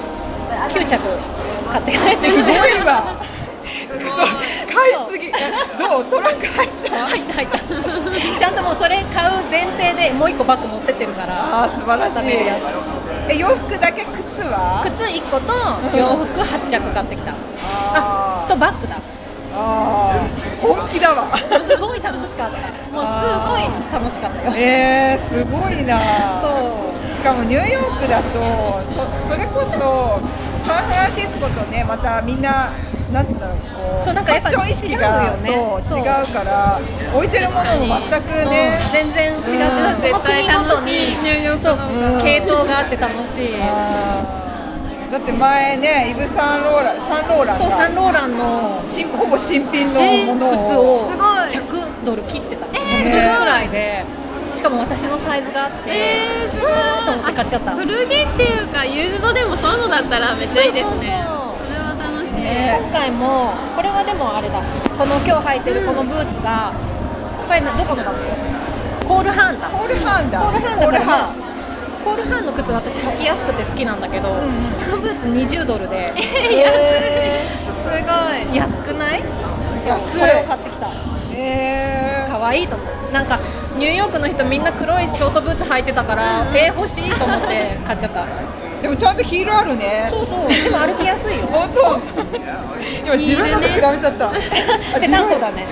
9着買って帰ってきて、 すごいわ。買いすぎ。どう？トランク入ったちゃんともうそれ買う前提でもう1個バッグ持ってってるから。 あー素晴らしい。洋服だけ？靴は？ 靴1個と洋服8着買ってきた。とバッグだ。 本気だわ。 すごい楽しかった。もうすごい楽しかったよ。 すごいな。 そう。 しかもニューヨークだとそれこそサンフランシスコとね、またみんななんていうんだろう、こうそうなんかやっぱファッション意識がそう違うから置いてるものも全くね、 全然違って、その国ごとにそう系統があって楽しい。 だって前ね、イブ・サンローランそうサンローランのほぼ新品のもの靴をすごい $100切ってた。100ドルぐらいで。しかも私のサイズがあって、 すごいと思って買っちゃった。 古着っていうかユーズドでもそういうのだったらめっちゃいいですね。 そうそれは楽しい。 今回もこれはでもあれだ、この今日履いてるこのブーツが、これどこのバッグ？コールハンだ。 コールハンだからコールハンの靴私履きやすくて好きなんだけど、このブーツ$20で、 すごい安くない？ 安い。 これを買ってきた。可愛いと思う。なんかニューヨークの人みんな黒いショートブーツ履いてたから、欲しいと思って買っちゃった。 でもちゃんとヒールあるね。 そうそう。でも歩きやすいよ。 本当。今自分のと比べちゃった。 ペタンコだね。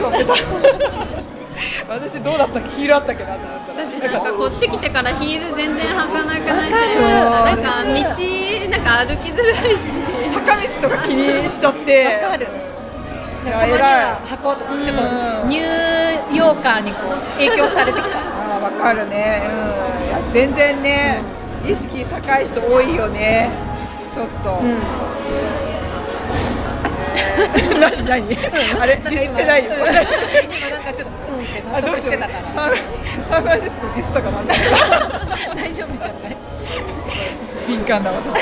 私どうだったっけ、ヒールあったっけなと思った。 私なんかこっち来てからヒール全然履かなくなっちゃう。なんか道なんか歩きづらいし、 坂道とか気にしちゃって。 わかる。たまには履こうと、ちょっとニューヨーカーにこう影響されてきた。 わかるね。いや全然ね、意識高い人多いよね。ちょっと。何あれ？ディスってないよ。 今なんかちょっとって納得してたから。 サンフランシスコディスったかなんだけど。 大丈夫じゃない。 敏感だ私。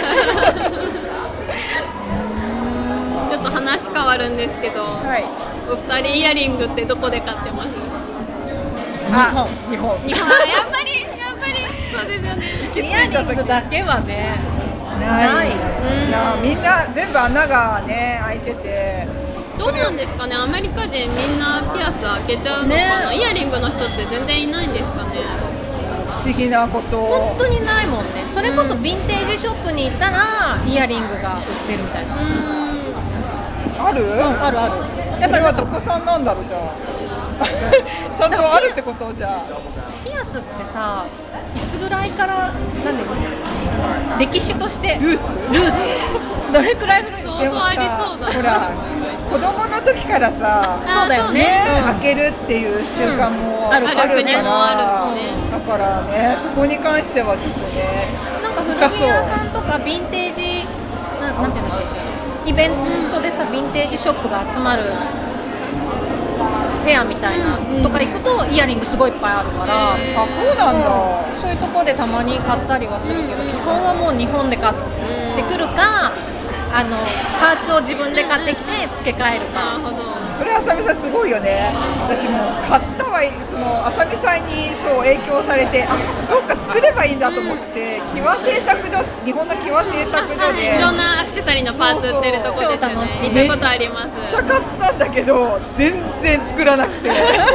ちょっと話変わるんですけど、お二人イヤリングってどこで買ってます？ 日本。 やっぱりそうですよね。 イヤリングだけはねない。みんな全部穴がね開いてて。 どうなんですかね、アメリカ人みんなピアス開けちゃうのかな、イヤリングの人って全然いないんですかね。 不思議なこと。 本当にないもんね。それこそヴィンテージショップに行ったらイヤリングが売ってるみたいな。 ある？ ある。 やっぱりどこ産なんだろうじゃあ。 ちゃんとあるってことじゃあ。 ピアスってさ、いつぐらいからなんで歴史としてルーツどれくらい古いの？ 相当ありそうだな。 ほら子供の時からさ、 そうだよね。 開けるっていう習慣もあるから、 国もあるね。 だからね、そこに関してはちょっとね、 なんか古着屋さんとかヴィンテージなんていうんだっけ、イベントでさヴィンテージショップが集まるフェアみたいなとか行くとイヤリングすごいいっぱいあるから、 あ、そうなんだ、 そういうとこでたまに買ったりはするけど、基本はもう日本で買ってくるか、パーツを自分で買ってきて付け替えるか。 なるほど。 それあさみさんすごいよね。私も買ったわ、そのあさみさんにそう影響されて、あ、そっか作ればいいんだと思って、キワ製作所、日本のキワ製作所でいろんなアクセサリーのパーツ売ってるとこですよね。行ったことあります。 めっちゃ買ったんだけど全然作らなくて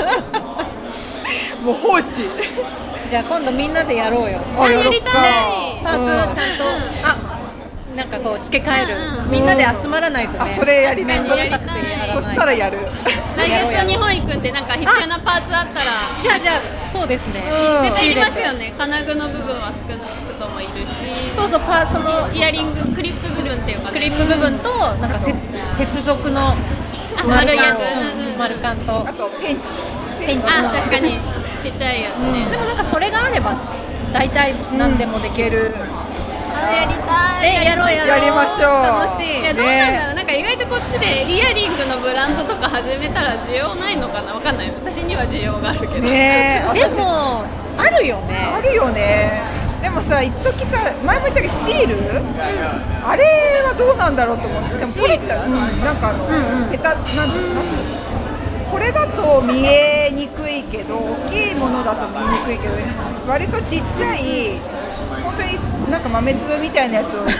もう放置。 じゃあ今度みんなでやろうよ。 やりたい。 パーツちゃんと、なんかこう付け替える、みんなで集まらないとね。 それやりたい。そしたらやる。 来月日本行くんで、なんか必要なパーツあったら。 じゃあそうですね。 絶対いりますよね。金具の部分は少なくともいるし。 そうそう、そのイヤリングクリップ部分っていうか、 クリップ部分となんか接続の丸いやつ、 丸カンとあとペンチ。 確かにちっちゃいやつね。 でもなんかそれがあれば大体何でもできる。 やりたい。 やろうやりましょう。 楽しい。 いや、どうなんだろう。なんか意外とこっちでイヤリングのブランドとか始めたら需要ないのかな、わかんない。私には需要があるけど。 ね、 でもあるよね。 あるよね。でもさ、一時さ、前も言ったけどシール、あれはどうなんだろうと思って。でも取れちゃう。なんかペタなんていうの。これだと見えにくいけど、大きいものだと見えにくいけど、割とちっちゃい本当になんか豆粒みたいなやつをお米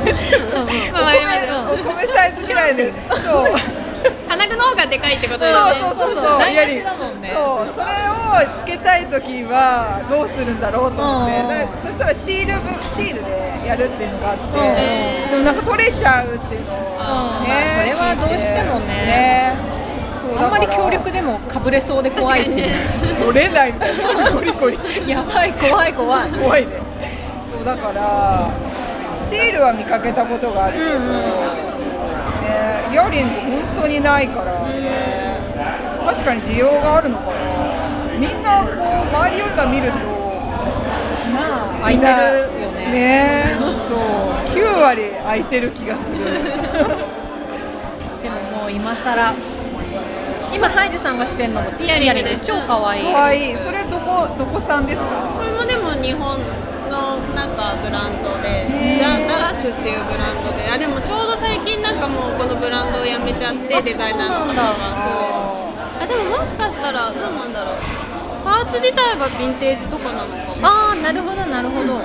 サイズぐらいで、そう金具の方がでかいってことだよね。 そう台無しだもんね。 そう、それをつけたいときはどうするんだろうと思って、そしたらシールでやるっていうのがあって、でもなんか取れちゃうっていうのをね、 それはどうしてもね、あんまり強力でもかぶれそうで怖いしね。 取れないみたいな、ゴリゴリやばい、怖い怖いね。そうだからシールは見かけたことがあるけど、イヤリング本当にないからね。確かに需要があるのかな。みんなこう周りを今見ると空いてるよね。 ね、そう9割空いてる気がする。 でももう今更今ハイジさんがしてんのもイヤリングで超可愛い。 可愛い。それどこさんですか？ これもでも日本のなんかブランドで、ダラスっていうブランドで、でもちょうど最近なんかもうこのブランドをやめちゃってデザイナーの方がでももしかしたらどうなんだろう。パーツ自体はヴィンテージとかなのかも。 なるほどなるほど。 そう。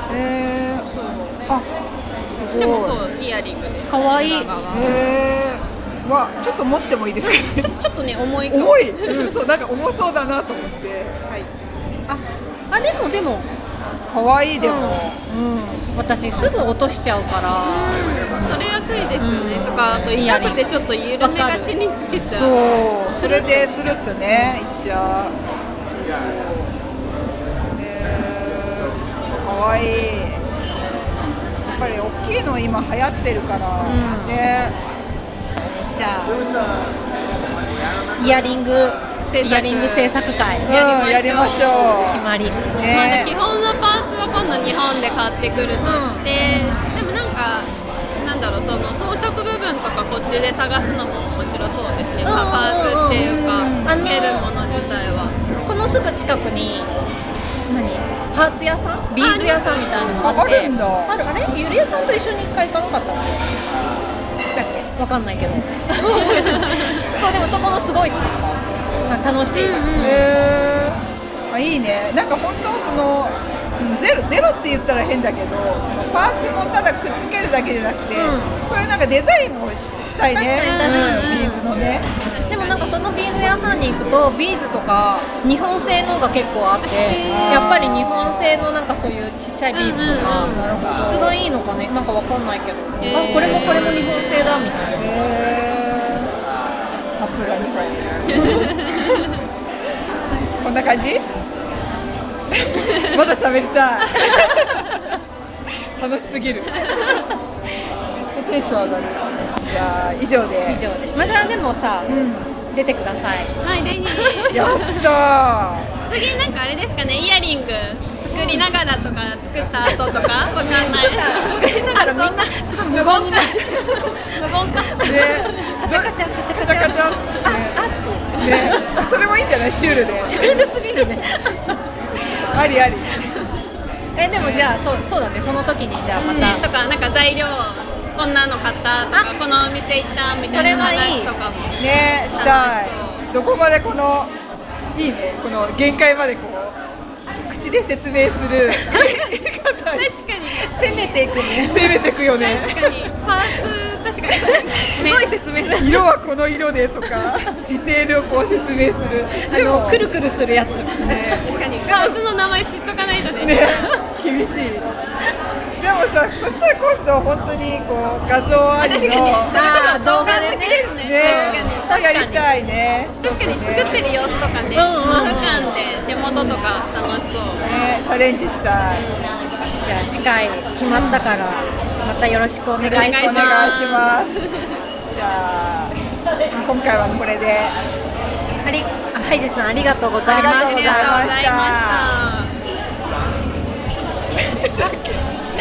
でもそうイヤリングです。 可愛い。 ちょっと持ってもいいですか？ ちょっとね重い。 そう、なんか重そうだなと思って。 でも可愛い。でも私すぐ落としちゃうからそれ安いですよね。とかあと痛くてちょっと緩めがちにつけちゃう。 そう、それでスルッとねいっちゃう。可愛い。やっぱり大きいの今流行ってるからね。 じゃあイヤリング制作会やりましょう。 決まり。 基本のパーツは今度日本で買ってくるとして、でもなんだろう、その装飾部分とかこっちで探すのも面白そうですね。パーツっていうかつけるもの自体は。 このすぐ近くにパーツ屋さん、ビーズ屋さんみたいなのがあって、あれゆりえさんと一緒に一回行かなかったっけ？わかんないけどそうでもそこもすごい楽しい。 いいね。なんか本当そのゼロって言ったら変だけど、そのパーツもただくっつけるだけじゃなくて、そういうなんかデザインもしたいね。 確かにビーズのね。 でもなんかそのビーズ屋さんに行くとビーズとか日本製のが結構あって、やっぱり日本製のなんかそういうちっちゃいビーズとか質がいいのかね、なんかわかんないけど、これも日本製だみたいな。 さすがにんな感じまだ喋りたい楽しすぎるめっちゃテンション上がる。じゃあ以上でまたでもさ、出てください。 はい、ぜひやった次なんかあれですかね、イヤリング作りながらとか作った後とかわかんない作りながらみんなすごい無言になっちゃう。 無言かーねカチャカチャカチャカチャカチャカチャねそれもいいんじゃない、シュールでシュールすぎるね。 ありあり。 でもじゃあそうだね、その時にじゃあまた、 とかなんか材料こんなの買ったとかこのお店行ったみたいな話とかもね、したい。どこまでこのいいね、この限界までこう口で説明する確かに攻めていくね。 攻めていくよね。 確かにパーツ確かにすごい説明する。 色はこの色でとかディテールをこう説明する。でもくるくるするやつね、 確かにパーツの名前知っとかないとねね、厳しい。でもさ、そしたら今度本当にこう画像ありの確かにそれこそ動画向きですね。確かにやりたいね。 確かに作ってる様子とかね、俯瞰で手元とか楽しそうね、チャレンジしたい。 じゃあ次回決まったからまたよろしくお願いします。 お願いします。じゃあ今回はこれで。 ハイジさんありがとうございました。 ありがとうございました。 さっき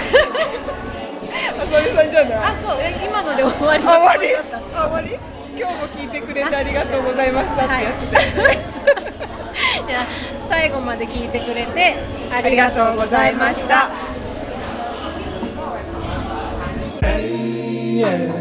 あさみさんじゃない。 そう今ので終わり。 終わり。今日も聞いてくれてありがとうございましたってやつだよね。 じゃあ最後まで聞いてくれてあありがとうございました。 Yeah.